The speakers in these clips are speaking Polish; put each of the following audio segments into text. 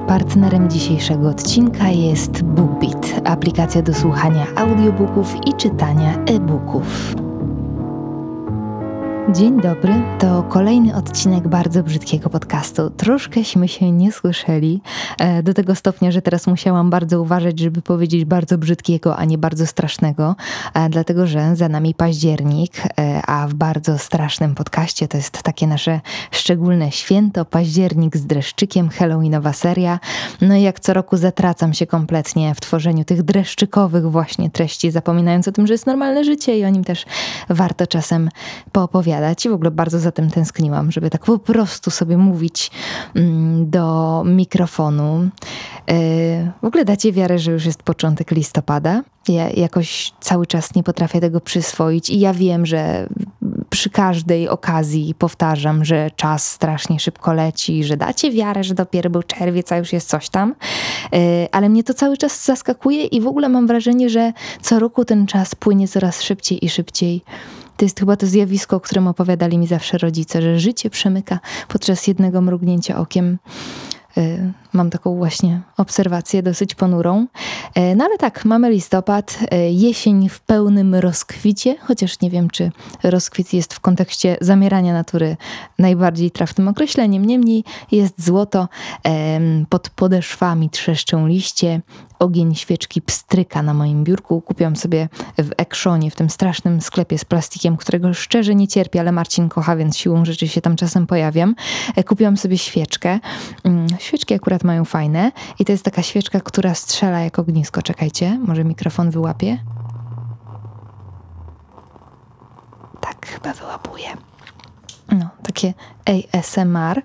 Partnerem dzisiejszego odcinka jest BookBeat, aplikacja do słuchania audiobooków i czytania e-booków. Dzień dobry, to kolejny odcinek bardzo brzydkiego podcastu. Troszkęśmy się nie słyszeli, do tego stopnia, że teraz musiałam bardzo uważać, żeby powiedzieć bardzo brzydkiego, a nie bardzo strasznego, dlatego że za nami październik, a w bardzo strasznym podcaście to jest takie nasze szczególne święto, październik z dreszczykiem, halloweenowa seria. No i jak co roku zatracam się kompletnie w tworzeniu tych dreszczykowych właśnie treści, zapominając o tym, że jest normalne życie i o nim też warto czasem poopowiadać. I w ogóle bardzo za tym tęskniłam, żeby tak po prostu sobie mówić do mikrofonu. W ogóle dacie wiarę, że już jest początek listopada. Ja jakoś cały czas nie potrafię tego przyswoić i ja wiem, że przy każdej okazji powtarzam, że czas strasznie szybko leci, że dacie wiarę, że dopiero był czerwiec, a już jest coś tam. Ale mnie to cały czas zaskakuje i w ogóle mam wrażenie, że co roku ten czas płynie coraz szybciej i szybciej. To jest chyba to zjawisko, o którym opowiadali mi zawsze rodzice, że życie przemyka podczas jednego mrugnięcia okiem. Mam taką właśnie obserwację dosyć ponurą. No ale tak, mamy listopad, jesień w pełnym rozkwicie, chociaż nie wiem, czy rozkwit jest w kontekście zamierania natury najbardziej trafnym określeniem. Niemniej jest złoto, pod podeszwami trzeszczą liście, ogień świeczki pstryka na moim biurku. Kupiłam sobie w Actionie, w tym strasznym sklepie z plastikiem, którego szczerze nie cierpię, ale Marcin kocha, więc siłą rzeczy się tam czasem pojawiam. Kupiłam sobie świeczkę. Świeczki akurat mają fajne i to jest taka świeczka, która strzela jak ognisko. Czekajcie, może mikrofon wyłapie? Tak, chyba wyłapuje. No, takie ASMR.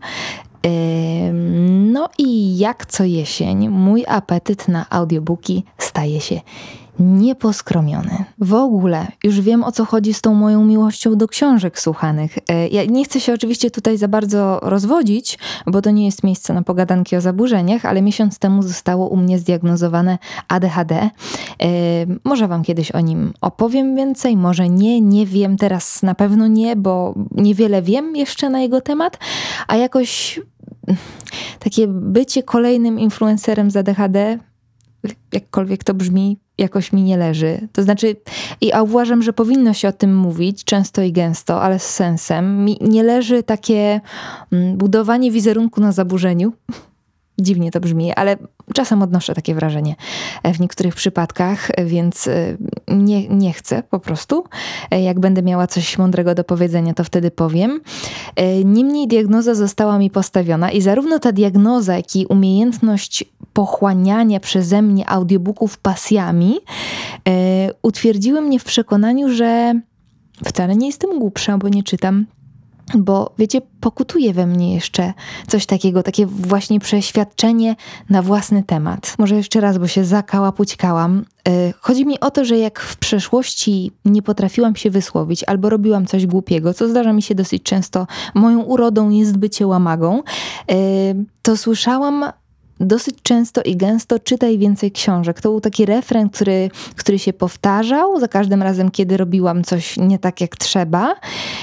No i jak co jesień mój apetyt na audiobooki staje się nieposkromiony. W ogóle już wiem, o co chodzi z tą moją miłością do książek słuchanych. Ja nie chcę się oczywiście tutaj za bardzo rozwodzić, bo to nie jest miejsce na pogadanki o zaburzeniach, ale miesiąc temu zostało u mnie zdiagnozowane ADHD. Może wam kiedyś o nim opowiem więcej, może nie wiem, teraz na pewno nie, bo niewiele wiem jeszcze na jego temat, a jakoś takie bycie kolejnym influencerem z ADHD, jakkolwiek to brzmi, jakoś mi nie leży. To znaczy, ja uważam, że powinno się o tym mówić często i gęsto, ale z sensem. Mi nie leży takie budowanie wizerunku na zaburzeniu. Dziwnie to brzmi, ale czasem odnoszę takie wrażenie w niektórych przypadkach, więc nie chcę po prostu. Jak będę miała coś mądrego do powiedzenia, to wtedy powiem. Niemniej diagnoza została mi postawiona i zarówno ta diagnoza, jak i umiejętność pochłaniania przeze mnie audiobooków pasjami utwierdziły mnie w przekonaniu, że wcale nie jestem głupsza, bo nie czytam. Bo wiecie, pokutuje we mnie jeszcze coś takiego, takie właśnie przeświadczenie na własny temat. Może jeszcze raz, bo się zakałapućkałam. Chodzi mi o to, że jak w przeszłości nie potrafiłam się wysłowić albo robiłam coś głupiego, co zdarza mi się dosyć często, moją urodą jest bycie łamagą, to słyszałam dosyć często i gęsto: czytaj więcej książek. To był taki refren, który się powtarzał za każdym razem, kiedy robiłam coś nie tak jak trzeba.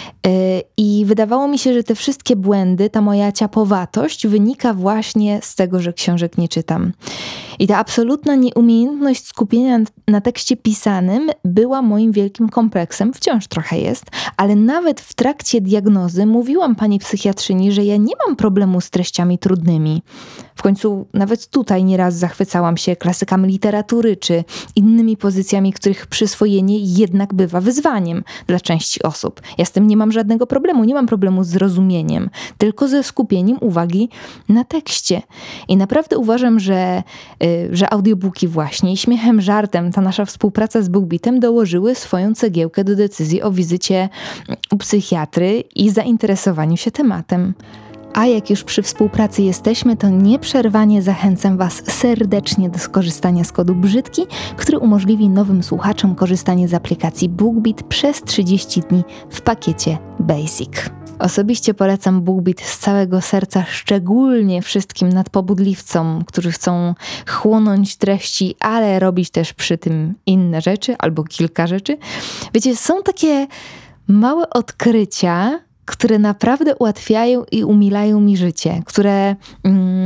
I wydawało mi się, że te wszystkie błędy, ta moja ciapowatość wynika właśnie z tego, że książek nie czytam. I ta absolutna nieumiejętność skupienia na tekście pisanym była moim wielkim kompleksem. Wciąż trochę jest, ale nawet w trakcie diagnozy mówiłam pani psychiatrzyni, że ja nie mam problemu z treściami trudnymi. W końcu nawet tutaj nieraz zachwycałam się klasykami literatury czy innymi pozycjami, których przyswojenie jednak bywa wyzwaniem dla części osób. Ja z tym nie mam żadnego problemu, nie mam problemu z zrozumieniem, tylko ze skupieniem uwagi na tekście. I naprawdę uważam, że audiobooki właśnie i śmiechem, żartem ta nasza współpraca z BookBeatem dołożyły swoją cegiełkę do decyzji o wizycie u psychiatry i zainteresowaniu się tematem. A jak już przy współpracy jesteśmy, to nieprzerwanie zachęcam Was serdecznie do skorzystania z kodu BRZYDKI, który umożliwi nowym słuchaczom korzystanie z aplikacji BookBeat przez 30 dni w pakiecie Basic. Osobiście polecam BookBeat z całego serca, szczególnie wszystkim nadpobudliwcom, którzy chcą chłonąć treści, ale robić też przy tym inne rzeczy albo kilka rzeczy. Wiecie, są takie małe odkrycia, które naprawdę ułatwiają i umilają mi życie, które w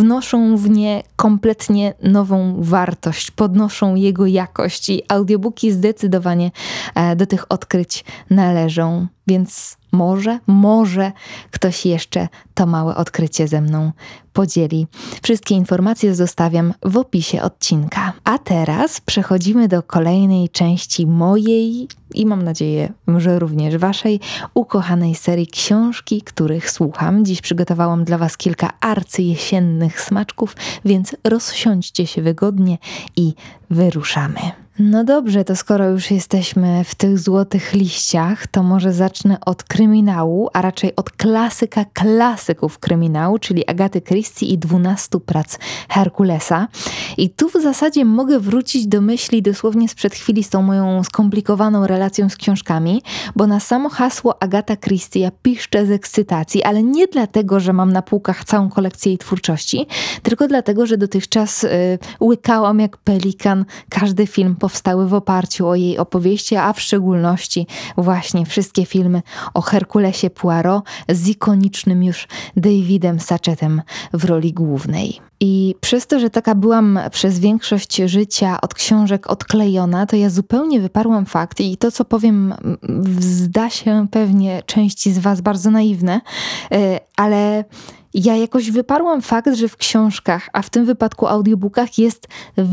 wnoszą w nie kompletnie nową wartość, podnoszą jego jakość i audiobooki zdecydowanie do tych odkryć należą, więc może ktoś jeszcze to małe odkrycie ze mną podzieli. Wszystkie informacje zostawiam w opisie odcinka. A teraz przechodzimy do kolejnej części mojej i mam nadzieję, że również waszej ukochanej serii książki, których słucham. Dziś przygotowałam dla was kilka arcyjesiennych smaczków, więc rozsiądźcie się wygodnie i wyruszamy. No dobrze, to skoro już jesteśmy w tych złotych liściach, to może zacznę od kryminału, a raczej od klasyka klasyków kryminału, czyli Agaty Christie i 12 prac Herkulesa. I tu w zasadzie mogę wrócić do myśli dosłownie sprzed chwili z tą moją skomplikowaną relacją z książkami, bo na samo hasło Agata Christie ja piszczę z ekscytacji, ale nie dlatego, że mam na półkach całą kolekcję jej twórczości, tylko dlatego, że dotychczas łykałam jak pelikan każdy film powstały w oparciu o jej opowieści, a w szczególności właśnie wszystkie filmy o Herkulesie Poirot z ikonicznym już Davidem Sacchetem w roli głównej. I przez to, że taka byłam przez większość życia od książek odklejona, to ja zupełnie wyparłam fakt i to, co powiem, zda się pewnie części z was bardzo naiwne, ale ja jakoś wyparłam fakt, że w książkach, a w tym wypadku audiobookach jest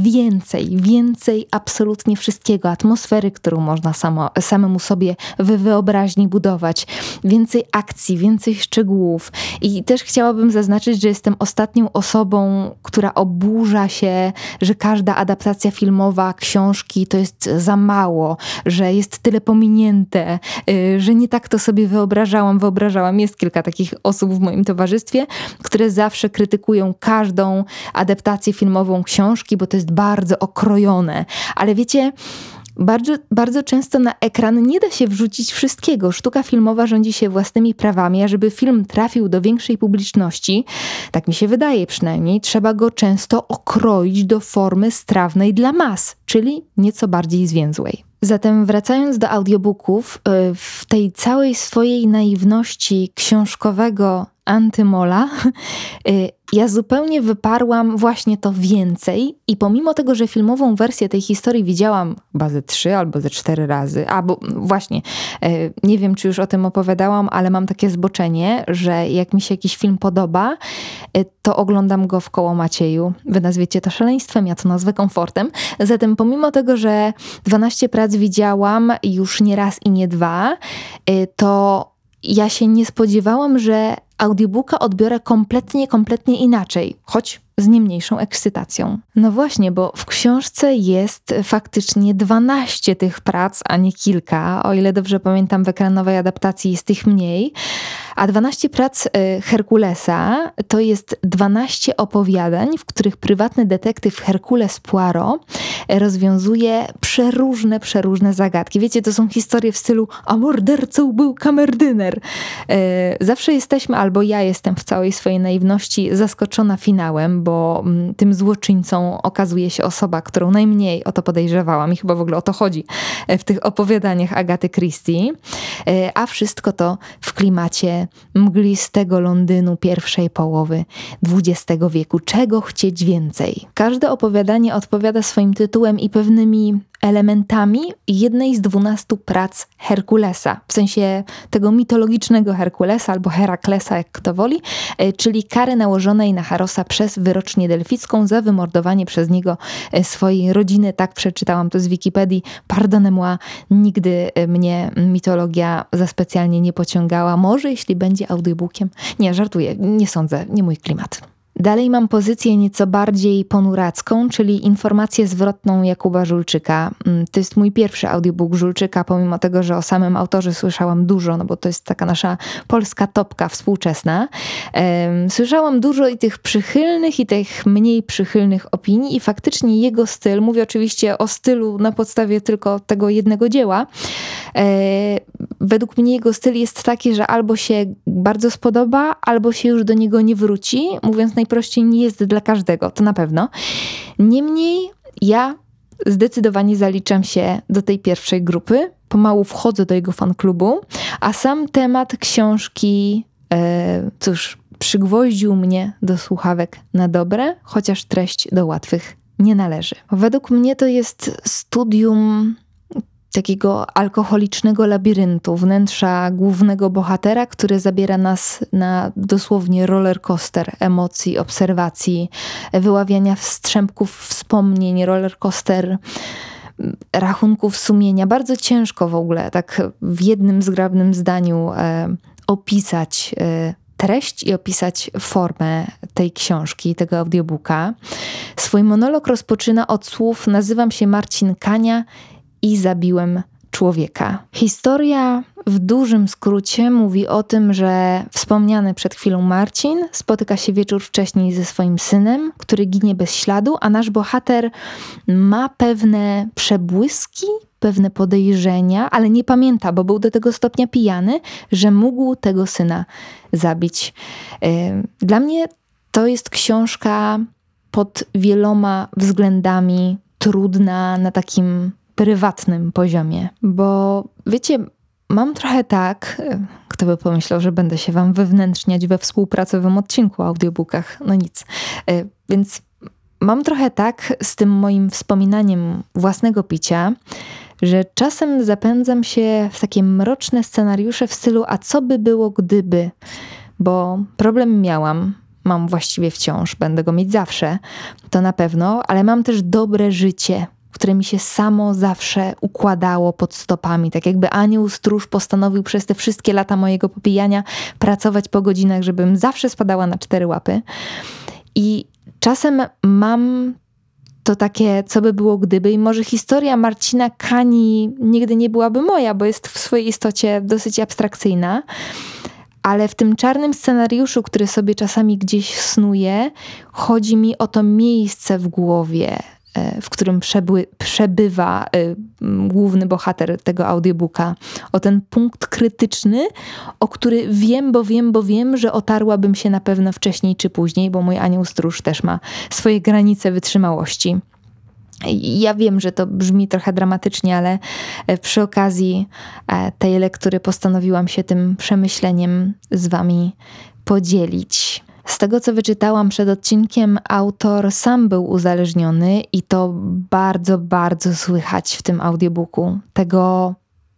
więcej absolutnie wszystkiego. Atmosfery, którą można samemu sobie w wyobraźni budować. Więcej akcji, więcej szczegółów. I też chciałabym zaznaczyć, że jestem ostatnią osobą, która oburza się, że każda adaptacja filmowa książki to jest za mało, że jest tyle pominięte, że nie tak to sobie wyobrażałam. Jest kilka takich osób w moim towarzystwie, które zawsze krytykują każdą adaptację filmową książki, bo to jest bardzo okrojone. Ale wiecie, bardzo często na ekran nie da się wrzucić wszystkiego. Sztuka filmowa rządzi się własnymi prawami, a żeby film trafił do większej publiczności, tak mi się wydaje przynajmniej, trzeba go często okroić do formy strawnej dla mas, czyli nieco bardziej zwięzłej. Zatem wracając do audiobooków, w tej całej swojej naiwności książkowego antymola, ja zupełnie wyparłam właśnie to więcej i pomimo tego, że filmową wersję tej historii widziałam chyba ze 3 albo ze 4 razy, bo właśnie, nie wiem, czy już o tym opowiadałam, ale mam takie zboczenie, że jak mi się jakiś film podoba, to oglądam go w koło Macieju. Wy nazwiecie to szaleństwem, ja to nazwę komfortem. Zatem pomimo tego, że 12 prac widziałam już nie raz i nie dwa, to ja się nie spodziewałam, że audiobooka odbiorę kompletnie inaczej, choć z nie mniejszą ekscytacją. No właśnie, bo w książce jest faktycznie 12 tych prac, a nie kilka. O ile dobrze pamiętam, w ekranowej adaptacji jest ich mniej. A 12 prac Herkulesa to jest 12 opowiadań, w których prywatny detektyw Herkules Poirot rozwiązuje przeróżne zagadki. Wiecie, to są historie w stylu a mordercą był kamerdyner. Zawsze jesteśmy, albo ja jestem w całej swojej naiwności zaskoczona finałem, bo tym złoczyńcą okazuje się osoba, którą najmniej o to podejrzewałam i chyba w ogóle o to chodzi w tych opowiadaniach Agaty Christie. A wszystko to w klimacie mglistego Londynu pierwszej połowy XX wieku. Czego chcieć więcej? Każde opowiadanie odpowiada swoim tytułem i pewnymi elementami jednej z 12 prac Herkulesa, w sensie tego mitologicznego Herkulesa albo Heraklesa, jak kto woli, czyli kary nałożonej na Charosa przez wyrocznię delficką za wymordowanie przez niego swojej rodziny. Tak przeczytałam to z Wikipedii. Pardonnez-moi, nigdy mnie mitologia za specjalnie nie pociągała. Może jeśli będzie audiobookiem? Nie, żartuję, nie sądzę, nie mój klimat. Dalej mam pozycję nieco bardziej ponuracką, czyli informację zwrotną Jakuba Żulczyka. To jest mój pierwszy audiobook Żulczyka, pomimo tego, że o samym autorze słyszałam dużo, no bo to jest taka nasza polska topka współczesna. Słyszałam dużo i tych przychylnych, i tych mniej przychylnych opinii i faktycznie jego styl, mówię oczywiście o stylu na podstawie tylko tego jednego dzieła, według mnie jego styl jest taki, że albo się bardzo spodoba, albo się już do niego nie wróci. Mówiąc najprościej, nie jest dla każdego, to na pewno. Niemniej ja zdecydowanie zaliczam się do tej pierwszej grupy. Pomału wchodzę do jego fanklubu, a sam temat książki, cóż, przygwoździł mnie do słuchawek na dobre, chociaż treść do łatwych nie należy. Według mnie to jest studium takiego alkoholicznego labiryntu, wnętrza głównego bohatera, który zabiera nas na dosłownie rollercoaster emocji, obserwacji, wyławiania wstrzępków wspomnień, rollercoaster rachunków sumienia. Bardzo ciężko w ogóle tak w jednym zgrabnym zdaniu opisać treść i opisać formę tej książki, tego audiobooka. Swój monolog rozpoczyna od słów: nazywam się Marcin Kania i zabiłem człowieka. Historia w dużym skrócie mówi o tym, że wspomniany przed chwilą Marcin spotyka się wieczór wcześniej ze swoim synem, który ginie bez śladu, a nasz bohater ma pewne przebłyski, pewne podejrzenia, ale nie pamięta, bo był do tego stopnia pijany, że mógł tego syna zabić. Dla mnie to jest książka pod wieloma względami trudna na takim prywatnym poziomie, bo wiecie, mam trochę tak, kto by pomyślał, że będę się wam wewnętrzniać we współpracowym odcinku o audiobookach, no nic. Więc mam trochę tak z tym moim wspominaniem własnego picia, że czasem zapędzam się w takie mroczne scenariusze w stylu: a co by było gdyby? Bo problem mam właściwie wciąż, będę go mieć zawsze, to na pewno, ale mam też dobre życie, które mi się samo zawsze układało pod stopami. Tak jakby anioł stróż postanowił przez te wszystkie lata mojego popijania pracować po godzinach, żebym zawsze spadała na 4 łapy. I czasem mam to takie, co by było gdyby, i może historia Marcina Kani nigdy nie byłaby moja, bo jest w swojej istocie dosyć abstrakcyjna, ale w tym czarnym scenariuszu, który sobie czasami gdzieś snuję, chodzi mi o to miejsce w głowie, w którym przebywa główny bohater tego audiobooka. O ten punkt krytyczny, o który wiem, że otarłabym się na pewno wcześniej czy później, bo mój anioł stróż też ma swoje granice wytrzymałości. Ja wiem, że to brzmi trochę dramatycznie, ale przy okazji tej lektury postanowiłam się tym przemyśleniem z wami podzielić. Z tego, co wyczytałam przed odcinkiem, autor sam był uzależniony i to bardzo, bardzo słychać w tym audiobooku. Tego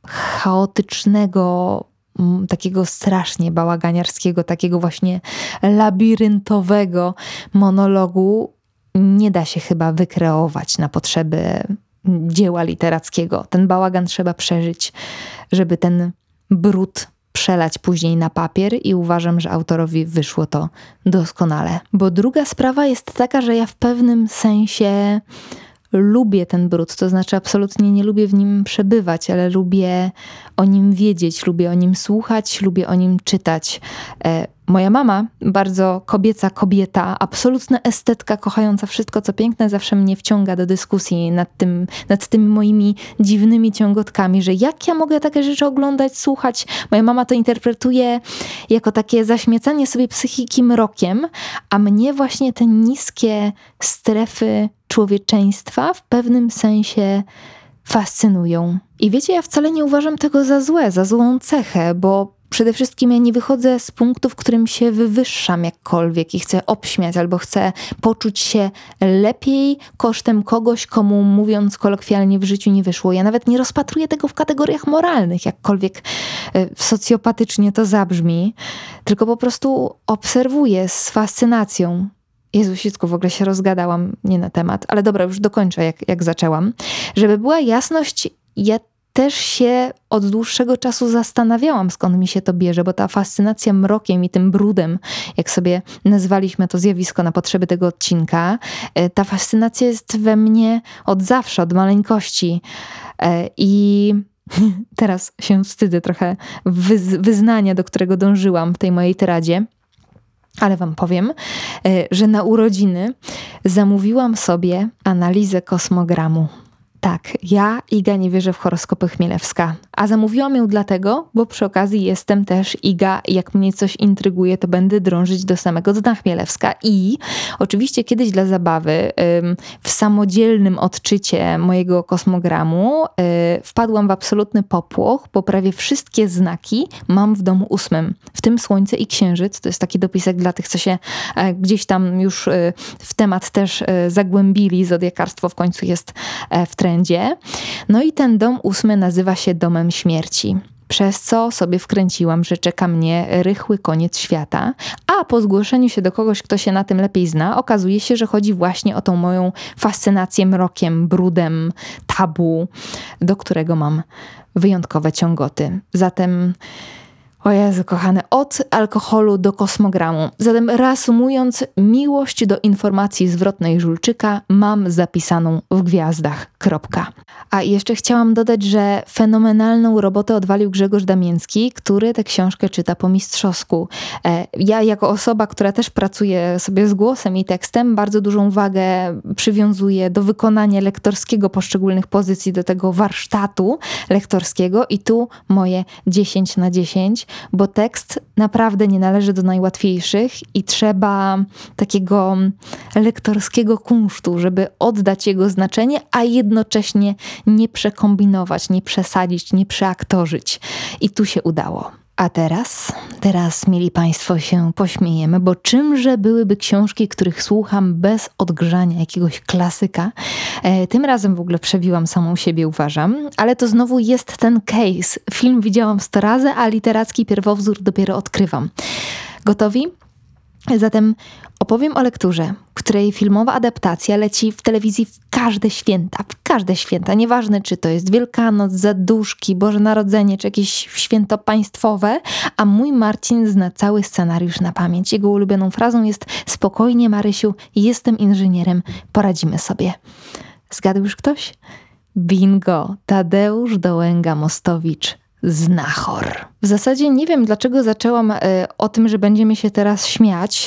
chaotycznego, takiego strasznie bałaganiarskiego, takiego właśnie labiryntowego monologu nie da się chyba wykreować na potrzeby dzieła literackiego. Ten bałagan trzeba przeżyć, żeby ten brud przelać później na papier, i uważam, że autorowi wyszło to doskonale. Bo druga sprawa jest taka, że ja w pewnym sensie lubię ten brud, to znaczy absolutnie nie lubię w nim przebywać, ale lubię o nim wiedzieć, lubię o nim słuchać, lubię o nim czytać. Moja mama, bardzo kobieca kobieta, absolutna estetka, kochająca wszystko, co piękne, zawsze mnie wciąga do dyskusji nad tymi moimi dziwnymi ciągotkami, że jak ja mogę takie rzeczy oglądać, słuchać. Moja mama to interpretuje jako takie zaśmiecanie sobie psychiki mrokiem, a mnie właśnie te niskie strefy człowieczeństwa w pewnym sensie fascynują. I wiecie, ja wcale nie uważam tego za złe, za złą cechę, bo przede wszystkim ja nie wychodzę z punktu, w którym się wywyższam jakkolwiek i chcę obśmiać albo chcę poczuć się lepiej kosztem kogoś, komu, mówiąc kolokwialnie, w życiu nie wyszło. Ja nawet nie rozpatruję tego w kategoriach moralnych, jakkolwiek socjopatycznie to zabrzmi, tylko po prostu obserwuję z fascynacją. Jezusicku, w ogóle się rozgadałam, nie na temat, ale dobra, już dokończę, jak zaczęłam. Żeby była jasność, ja też się od dłuższego czasu zastanawiałam, skąd mi się to bierze, bo ta fascynacja mrokiem i tym brudem, jak sobie nazwaliśmy to zjawisko na potrzeby tego odcinka, ta fascynacja jest we mnie od zawsze, od maleńkości. I teraz się wstydzę trochę wyznania, do którego dążyłam w tej mojej tyradzie. Ale wam powiem, że na urodziny zamówiłam sobie analizę kosmogramu. Tak, ja, Iga, nie wierzę w horoskopy Chmielewska. A zamówiłam ją dlatego, bo przy okazji jestem też Iga. Jak mnie coś intryguje, to będę drążyć do samego dna Chmielewska. I oczywiście kiedyś dla zabawy w samodzielnym odczycie mojego kosmogramu wpadłam w absolutny popłoch, bo prawie wszystkie znaki mam w domu 8. W tym Słońce i Księżyc. To jest taki dopisek dla tych, co się gdzieś tam już w temat też zagłębili. Zodiakarstwo w końcu jest w trendzie. No i ten dom 8 nazywa się domem śmierci. Przez co sobie wkręciłam, że czeka mnie rychły koniec świata, a po zgłoszeniu się do kogoś, kto się na tym lepiej zna, okazuje się, że chodzi właśnie o tą moją fascynację mrokiem, brudem, tabu, do którego mam wyjątkowe ciągoty. Zatem, o Jezu kochane, od alkoholu do kosmogramu. Zatem reasumując, miłość do informacji zwrotnej Żulczyka mam zapisaną w gwiazdach. Kropka. A jeszcze chciałam dodać, że fenomenalną robotę odwalił Grzegorz Damiński, który tę książkę czyta po mistrzowsku. Ja jako osoba, która też pracuje sobie z głosem i tekstem, bardzo dużą wagę przywiązuję do wykonania lektorskiego poszczególnych pozycji, do tego warsztatu lektorskiego i tu moje 10/10, bo tekst naprawdę nie należy do najłatwiejszych i trzeba takiego lektorskiego kunsztu, żeby oddać jego znaczenie, a jednocześnie nie przekombinować, nie przesadzić, nie przeaktorzyć. I tu się udało. A teraz, mieli Państwo, się pośmiejemy, bo czymże byłyby książki, których słucham bez odgrzania jakiegoś klasyka? Tym razem w ogóle przebiłam samą siebie, uważam, ale to znowu jest ten case. Film widziałam 100 razy, a literacki pierwowzór dopiero odkrywam. Gotowi? Zatem opowiem o lekturze, której filmowa adaptacja leci w telewizji w każde święta. Nieważne, czy to jest Wielkanoc, Zaduszki, Boże Narodzenie, czy jakieś święto państwowe, a mój Marcin zna cały scenariusz na pamięć. Jego ulubioną frazą jest: spokojnie, Marysiu, jestem inżynierem, poradzimy sobie. Zgadł już ktoś? Bingo! Tadeusz Dołęga-Mostowicz. Znachor. W zasadzie nie wiem, dlaczego zaczęłam o tym, że będziemy się teraz śmiać,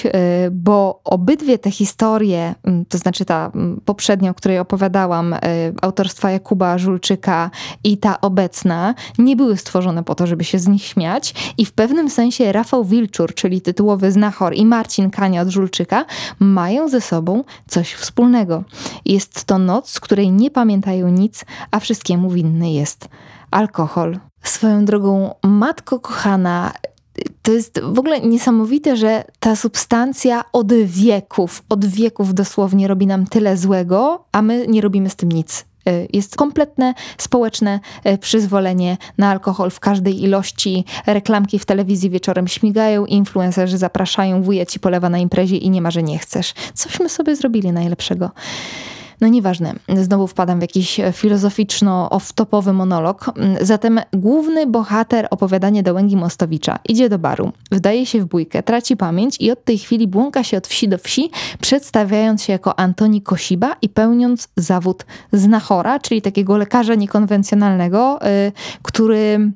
bo obydwie te historie, to znaczy ta poprzednia, o której opowiadałam, autorstwa Jakuba Żulczyka i ta obecna, nie były stworzone po to, żeby się z nich śmiać i w pewnym sensie Rafał Wilczur, czyli tytułowy Znachor, i Marcin Kania od Żulczyka mają ze sobą coś wspólnego. Jest to noc, z której nie pamiętają nic, a wszystkiemu winny jest alkohol. Swoją drogą, matko kochana, to jest w ogóle niesamowite, że ta substancja od wieków dosłownie robi nam tyle złego, a my nie robimy z tym nic. Jest kompletne społeczne przyzwolenie na alkohol w każdej ilości. Reklamki w telewizji wieczorem śmigają, influencerzy zapraszają, wuja ci polewa na imprezie i nie ma, że nie chcesz. Cośmy sobie zrobili najlepszego. No nieważne, znowu wpadam w jakiś filozoficzno-off-topowy monolog. Zatem główny bohater opowiadania Dołęgi-Mostowicza idzie do baru, wdaje się w bójkę, traci pamięć i od tej chwili błąka się od wsi do wsi, przedstawiając się jako Antoni Kosiba i pełniąc zawód znachora, czyli takiego lekarza niekonwencjonalnego, który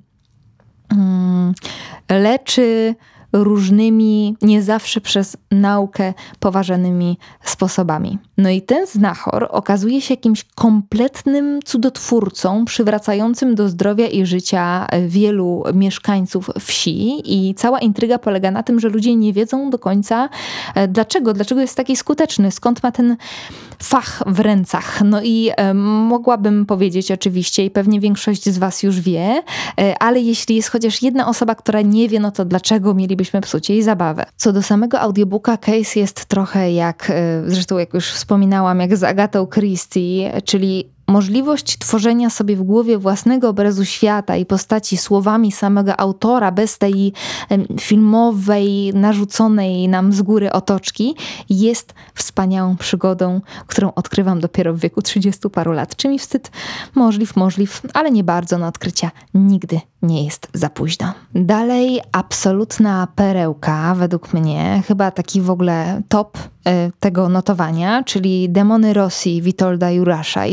leczy różnymi, nie zawsze przez naukę poważanymi sposobami. No i ten znachor okazuje się jakimś kompletnym cudotwórcą, przywracającym do zdrowia i życia wielu mieszkańców wsi i cała intryga polega na tym, że ludzie nie wiedzą do końca dlaczego jest taki skuteczny, skąd ma ten fach w rękach. No i mogłabym powiedzieć oczywiście i pewnie większość z was już wie, ale jeśli jest chociaż jedna osoba, która nie wie, no to dlaczego mielibyśmy psuć jej zabawę? Co do samego audiobooka, case jest trochę jak, zresztą jak już wspominałam, jak z Agatą Christie, czyli możliwość tworzenia sobie w głowie własnego obrazu świata i postaci słowami samego autora, bez tej filmowej, narzuconej nam z góry otoczki, jest wspaniałą przygodą, którą odkrywam dopiero w wieku 30 paru lat. Czy mi wstyd? Możliw, ale nie bardzo. Na odkrycia nigdy nie jest za późno. Dalej absolutna perełka, według mnie, chyba taki w ogóle top tego notowania, czyli Demony Rosji Witolda Jurasza. I tutaj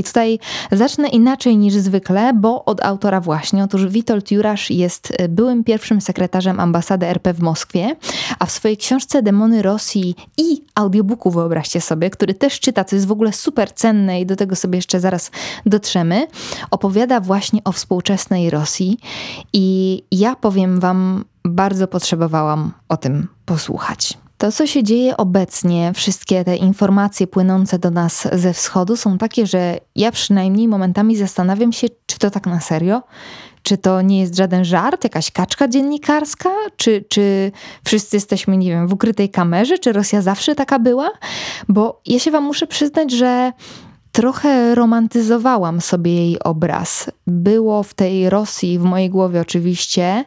Zacznę inaczej niż zwykle, bo od autora właśnie. Otóż Witold Jurasz jest byłym pierwszym sekretarzem ambasady RP w Moskwie, a w swojej książce Demony Rosji i audiobooku, wyobraźcie sobie, który też czyta, co jest w ogóle super cenne i do tego sobie jeszcze zaraz dotrzemy, opowiada właśnie o współczesnej Rosji i ja powiem wam, bardzo potrzebowałam o tym posłuchać. To, co się dzieje obecnie, wszystkie te informacje płynące do nas ze wschodu są takie, że ja przynajmniej momentami zastanawiam się, czy to tak na serio? Czy to nie jest żaden żart, jakaś kaczka dziennikarska? Czy wszyscy jesteśmy, nie wiem, w ukrytej kamerze? Czy Rosja zawsze taka była? Bo ja się wam muszę przyznać, że trochę romantyzowałam sobie jej obraz. Było w tej Rosji, w mojej głowie oczywiście,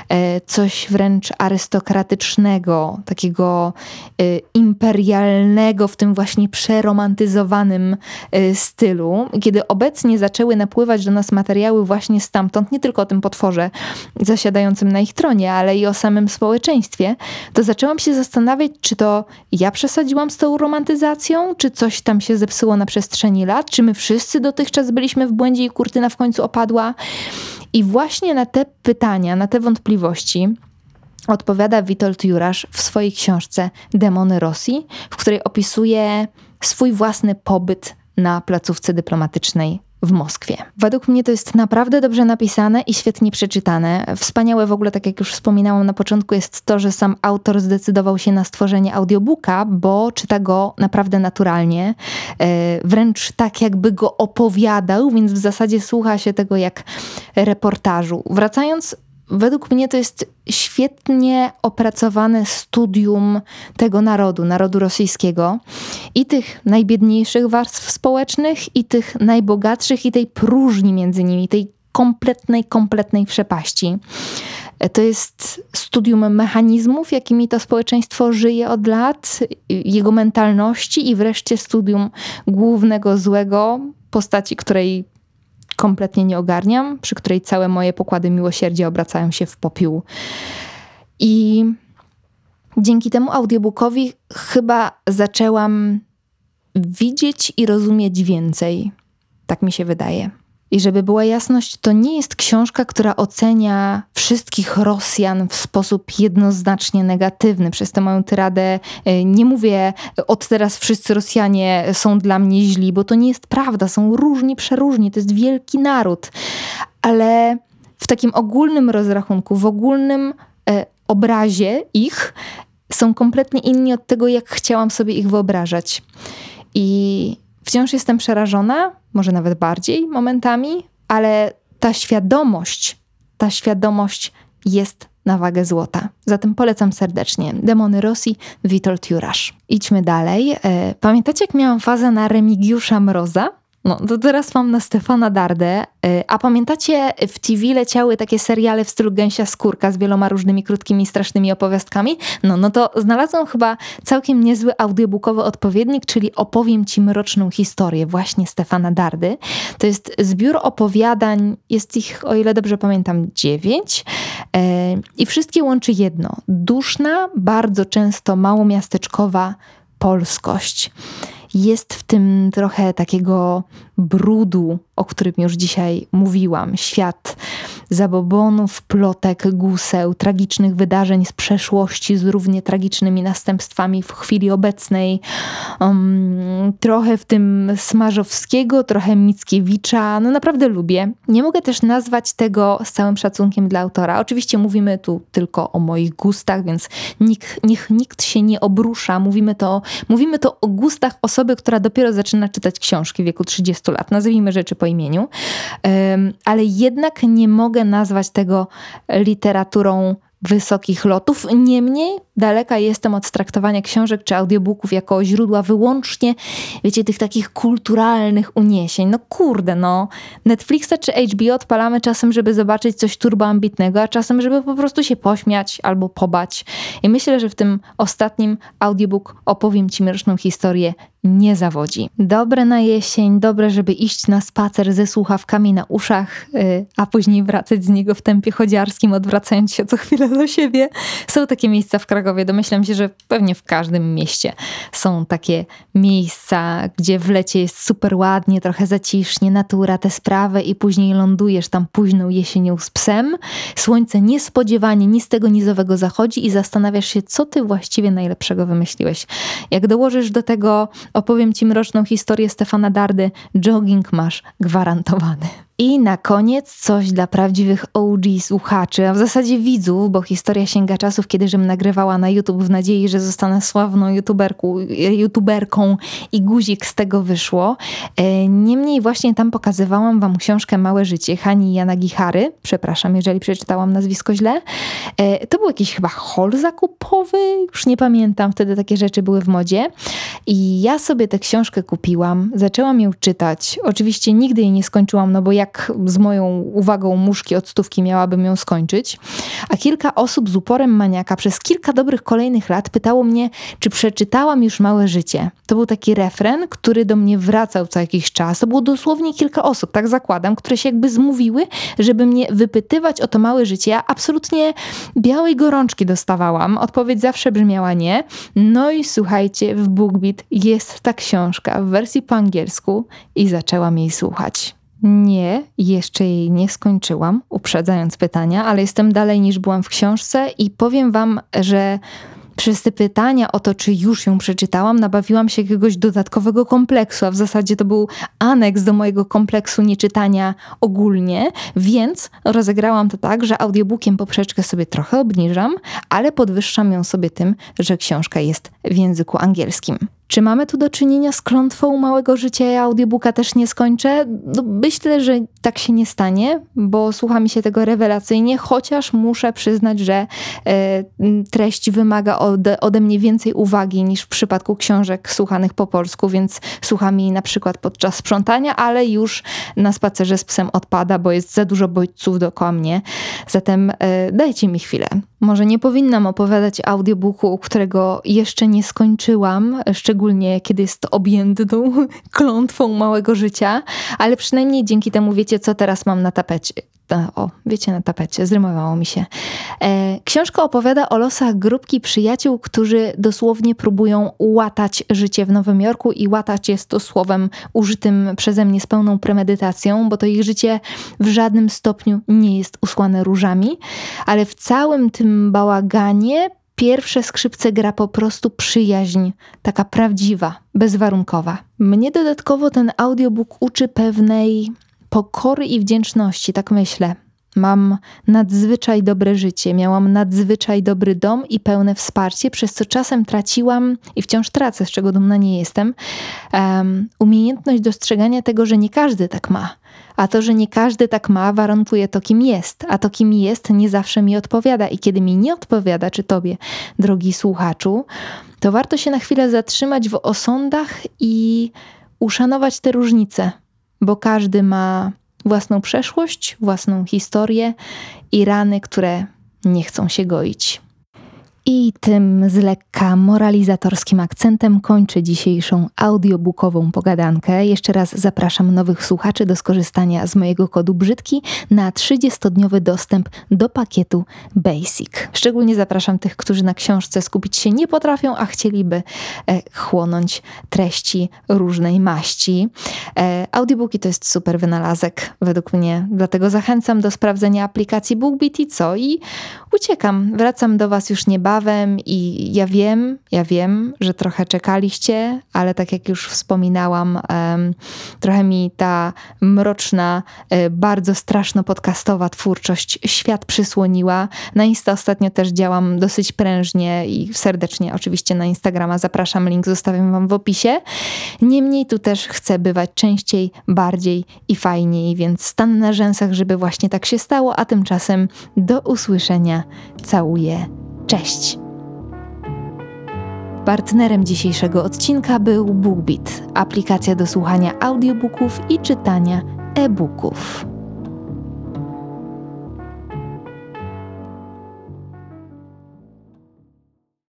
coś wręcz arystokratycznego, takiego imperialnego w tym właśnie przeromantyzowanym stylu. Kiedy obecnie zaczęły napływać do nas materiały właśnie stamtąd, nie tylko o tym potworze zasiadającym na ich tronie, ale i o samym społeczeństwie, to zaczęłam się zastanawiać, czy to ja przesadziłam z tą romantyzacją, czy coś tam się zepsuło na przestrzeni lat, czy my wszyscy dotychczas byliśmy w błędzie i kurtyna w końcu opadła. I właśnie na te pytania, na te wątpliwości odpowiada Witold Jurasz w swojej książce Demony Rosji, w której opisuje swój własny pobyt na placówce dyplomatycznej w Moskwie. Według mnie to jest naprawdę dobrze napisane i świetnie przeczytane. Wspaniałe w ogóle, tak jak już wspominałam na początku, jest to, że sam autor zdecydował się na stworzenie audiobooka, bo czyta go naprawdę naturalnie, wręcz tak jakby go opowiadał, więc w zasadzie słucha się tego jak reportażu. Wracając, według mnie to jest świetnie opracowane studium tego narodu rosyjskiego i tych najbiedniejszych warstw społecznych i tych najbogatszych i tej próżni między nimi, tej kompletnej przepaści. To jest studium mechanizmów, jakimi to społeczeństwo żyje od lat, jego mentalności i wreszcie studium głównego złego, postaci, której kompletnie nie ogarniam, przy której całe moje pokłady miłosierdzia obracają się w popiół. I dzięki temu audiobookowi chyba zaczęłam widzieć i rozumieć więcej. Tak mi się wydaje. I żeby była jasność, to nie jest książka, która ocenia wszystkich Rosjan w sposób jednoznacznie negatywny. Przez tę moją tyradę nie mówię od teraz wszyscy Rosjanie są dla mnie źli, bo to nie jest prawda. Są różni, przeróżni. To jest wielki naród. Ale w takim ogólnym rozrachunku, w ogólnym obrazie ich są kompletnie inni od tego, jak chciałam sobie ich wyobrażać. I wciąż jestem przerażona, może nawet bardziej momentami, ale ta świadomość jest na wagę złota. Zatem polecam serdecznie. Demony Rosji, Witold Jurasz. Idźmy dalej. Pamiętacie, jak miałam fazę na Remigiusza Mroza? No, to teraz mam na Stefana Dardę. A pamiętacie, w TV leciały takie seriale w stylu Gęsia Skórka z wieloma różnymi krótkimi, strasznymi opowiastkami? No to znalazłam chyba całkiem niezły audiobookowy odpowiednik, czyli Opowiem ci mroczną historię właśnie Stefana Dardy. To jest zbiór opowiadań, jest ich, o ile dobrze pamiętam, 9 i wszystkie łączy jedno. Duszna, bardzo często małomiasteczkowa polskość. Jest w tym trochę takiego brudu, o którym już dzisiaj mówiłam. Świat zabobonów, plotek, guseł, tragicznych wydarzeń z przeszłości z równie tragicznymi następstwami w chwili obecnej. Trochę w tym Smarzowskiego, trochę Mickiewicza. No naprawdę lubię. Nie mogę też nazwać tego z całym szacunkiem dla autora. Oczywiście mówimy tu tylko o moich gustach, więc nikt się nie obrusza. Mówimy to o gustach osoby, która dopiero zaczyna czytać książki w wieku 30 lat. Nazwijmy rzeczy po imieniu. Ale jednak nie mogę nazwać tego literaturą wysokich lotów. Niemniej daleka jestem od traktowania książek czy audiobooków jako źródła wyłącznie, wiecie, tych takich kulturalnych uniesień. No kurde, Netflixa czy HBO odpalamy czasem, żeby zobaczyć coś turboambitnego, a czasem, żeby po prostu się pośmiać albo pobać. I myślę, że w tym ostatnim audiobook Opowiem ci mroczną historię nie zawodzi. Dobre na jesień, dobre, żeby iść na spacer ze słuchawkami na uszach, a później wracać z niego w tempie chodziarskim, odwracając się co chwilę do siebie. Są takie miejsca w Krakowie. Domyślam się, że pewnie w każdym mieście są takie miejsca, gdzie w lecie jest super ładnie, trochę zacisznie, natura, te sprawy i później lądujesz tam późną jesienią z psem. Słońce niespodziewanie ni z tego nizowego zachodzi i zastanawiasz się, co ty właściwie najlepszego wymyśliłeś. Jak dołożysz do tego, opowiem ci mroczną historię Stefana Dardy, jogging masz gwarantowany. I na koniec coś dla prawdziwych OG słuchaczy, a w zasadzie widzów, bo historia sięga czasów, kiedy żem nagrywała na YouTube w nadziei, że zostanę sławną youtuberką i guzik z tego wyszło. Niemniej właśnie tam pokazywałam wam książkę Małe życie Hani Yanagihary. Przepraszam, jeżeli przeczytałam nazwisko źle. To był jakiś chyba haul zakupowy, już nie pamiętam, wtedy takie rzeczy były w modzie. I ja sobie tę książkę kupiłam, zaczęłam ją czytać. Oczywiście nigdy jej nie skończyłam, no bo jak z moją uwagą muszki od 100 miałabym ją skończyć. A kilka osób z uporem maniaka przez kilka dobrych kolejnych lat pytało mnie, czy przeczytałam już Małe życie. To był taki refren, który do mnie wracał co jakiś czas. To było dosłownie kilka osób, tak zakładam, które się jakby zmówiły, żeby mnie wypytywać o to Małe życie. Ja absolutnie białej gorączki dostawałam. Odpowiedź zawsze brzmiała nie. No i słuchajcie, w BookBeat jest ta książka w wersji po angielsku i zaczęłam jej słuchać. Nie, jeszcze jej nie skończyłam, uprzedzając pytania, ale jestem dalej niż byłam w książce i powiem wam, że przez te pytania o to, czy już ją przeczytałam, nabawiłam się jakiegoś dodatkowego kompleksu, a w zasadzie to był aneks do mojego kompleksu nieczytania ogólnie, więc rozegrałam to tak, że audiobookiem poprzeczkę sobie trochę obniżam, ale podwyższam ją sobie tym, że książka jest w języku angielskim. Czy mamy tu do czynienia z klątwą Małego życia? Ja audiobooka też nie skończę. No, myślę, że tak się nie stanie, bo słucha mi się tego rewelacyjnie, chociaż muszę przyznać, że treść wymaga ode mnie więcej uwagi niż w przypadku książek słuchanych po polsku, więc słucham jej na przykład podczas sprzątania, ale już na spacerze z psem odpada, bo jest za dużo bodźców dookoła mnie. Zatem dajcie mi chwilę. Może nie powinnam opowiadać audiobooku, którego jeszcze nie skończyłam, szczególnie kiedy jest objęty tą klątwą Małego życia, ale przynajmniej dzięki temu wiecie, co teraz mam na tapecie. Na tapecie, zrymowało mi się. Książka opowiada o losach grupki przyjaciół, którzy dosłownie próbują łatać życie w Nowym Jorku i łatać jest to słowem użytym przeze mnie z pełną premedytacją, bo to ich życie w żadnym stopniu nie jest usłane różami, ale w całym tym bałaganie pierwsze skrzypce gra po prostu przyjaźń, taka prawdziwa, bezwarunkowa. Mnie dodatkowo ten audiobook uczy pewnej pokory i wdzięczności, tak myślę. Mam nadzwyczaj dobre życie, miałam nadzwyczaj dobry dom i pełne wsparcie, przez co czasem traciłam i wciąż tracę, z czego dumna nie jestem, umiejętność dostrzegania tego, że nie każdy tak ma. A to, że nie każdy tak ma, warunkuje to, kim jest. A to, kim jest, nie zawsze mi odpowiada. I kiedy mi nie odpowiada, czy tobie, drogi słuchaczu, to warto się na chwilę zatrzymać w osądach i uszanować te różnice. Bo każdy ma własną przeszłość, własną historię i rany, które nie chcą się goić. I tym z lekka moralizatorskim akcentem kończę dzisiejszą audiobookową pogadankę. Jeszcze raz zapraszam nowych słuchaczy do skorzystania z mojego kodu BRZYDKI na 30-dniowy dostęp do pakietu Basic. Szczególnie zapraszam tych, którzy na książce skupić się nie potrafią, a chcieliby chłonąć treści różnej maści. Audiobooki to jest super wynalazek według mnie, dlatego zachęcam do sprawdzenia aplikacji BookBeat i uciekam. Wracam do was już niebawem i ja wiem, że trochę czekaliście, ale tak jak już wspominałam, trochę mi ta mroczna, bardzo straszno podcastowa twórczość świat przysłoniła. Na Insta ostatnio też działam dosyć prężnie i serdecznie oczywiście na Instagrama zapraszam, link zostawiam wam w opisie. Niemniej tu też chcę bywać częściej, bardziej i fajniej, więc stanę na rzęsach, żeby właśnie tak się stało, a tymczasem do usłyszenia. Całuję. Cześć! Partnerem dzisiejszego odcinka był BookBeat, aplikacja do słuchania audiobooków i czytania e-booków.